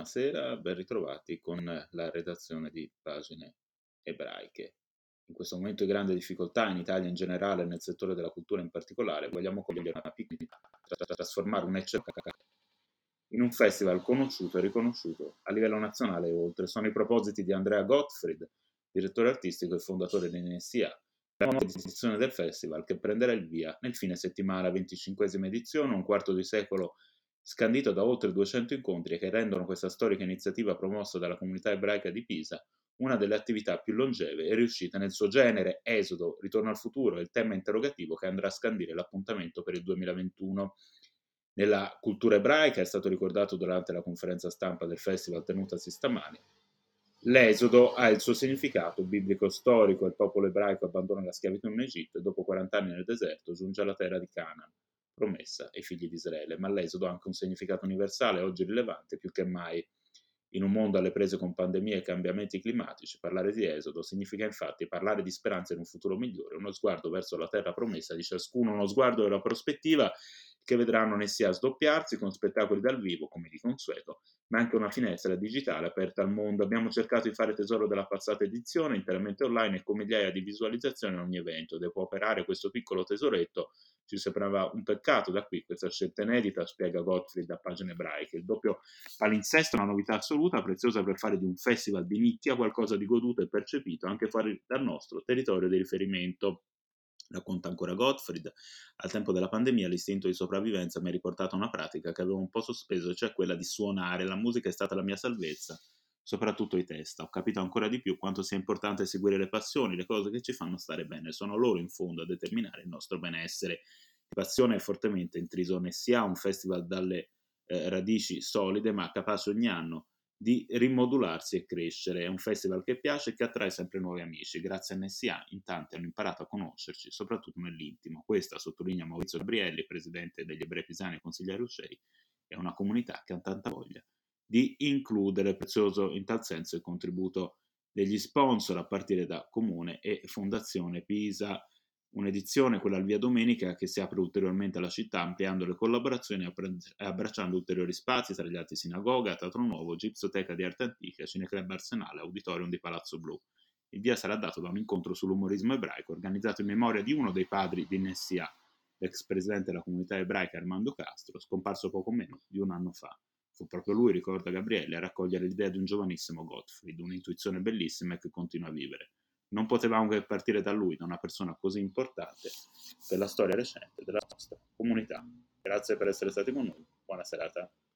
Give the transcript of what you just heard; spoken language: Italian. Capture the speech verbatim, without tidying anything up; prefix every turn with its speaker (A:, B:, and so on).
A: buonasera, ben ritrovati con la redazione di Pagine Ebraiche. In questo momento di grande difficoltà in Italia in generale e nel settore della cultura in particolare, vogliamo cogliere una piccola tra- trasformare un'eccezione in un festival conosciuto e riconosciuto a livello nazionale e oltre. Sono i propositi di Andrea Gottfried, direttore artistico e fondatore di N S A, la nuova edizione del festival che prenderà il via nel fine settimana, venticinquesima edizione, un quarto di secolo scandito da oltre duecento incontri e che rendono questa storica iniziativa promossa dalla comunità ebraica di Pisa una delle attività più longeve e riuscite nel suo genere. Esodo, ritorno al futuro è il tema interrogativo che andrà a scandire l'appuntamento per il duemilaventuno. Nella cultura ebraica, è stato ricordato durante la conferenza stampa del festival tenutasi stamani, l'esodo ha il suo significato biblico-storico. Il popolo ebraico abbandona la schiavitù in Egitto e dopo quaranta anni nel deserto giunge alla terra di Canaan, promessa ai figli di Israele. Ma l'esodo ha anche un significato universale, oggi rilevante più che mai. In un mondo alle prese con pandemie e cambiamenti climatici, parlare di esodo significa infatti parlare di speranza in un futuro migliore, uno sguardo verso la terra promessa di ciascuno, uno sguardo della prospettiva che vedranno Nessia sdoppiarsi con spettacoli dal vivo, come di consueto, ma anche una finestra digitale aperta al mondo. Abbiamo cercato di fare tesoro della passata edizione, interamente online e con migliaia di visualizzazioni in ogni evento. Devo operare questo piccolo tesoretto, ci sembrava un peccato. Da qui questa scelta inedita, spiega Gottfried da Pagine Ebraiche. Il doppio palinsesto è una novità assoluta, preziosa per fare di un festival di nicchia qualcosa di goduto e percepito anche fuori dal nostro territorio di riferimento. Racconta ancora Gottfried, al tempo della pandemia l'istinto di sopravvivenza mi ha riportato a una pratica che avevo un po' sospeso, cioè quella di suonare. La musica è stata la mia salvezza, soprattutto i testa. Ho capito ancora di più quanto sia importante seguire le passioni, le cose che ci fanno stare bene. Sono loro in fondo a determinare il nostro benessere. Di passione è fortemente intriso Nessia, un festival dalle eh, radici solide ma capace ogni anno di rimodularsi e crescere. È un festival che piace e che attrae sempre nuovi amici. Grazie a N S A in tanti hanno imparato a conoscerci, soprattutto nell'intimo. Questa, sottolinea Maurizio Gabrielli, presidente degli Ebrei Pisani e consigliere Uscei, è una comunità che ha tanta voglia di includere. Prezioso in tal senso il contributo degli sponsor a partire da Comune e Fondazione Pisa. Un'edizione, quella al Via Domenica, che si apre ulteriormente alla città, ampliando le collaborazioni e abbracciando ulteriori spazi, tra gli altri sinagoga, teatro nuovo, gipsoteca di arte antica, cineclub Arsenale, auditorium di Palazzo Blu. Il via sarà dato da un incontro sull'umorismo ebraico organizzato in memoria di uno dei padri di N S A, l'ex presidente della comunità ebraica Armando Castro, scomparso poco meno di un anno fa. Fu proprio lui, ricorda Gabriele, a raccogliere l'idea di un giovanissimo Gottfried, un'intuizione bellissima e che continua a vivere. Non potevamo che partire da lui, da una persona così importante per la storia recente della nostra comunità. Grazie per essere stati con noi, buona serata.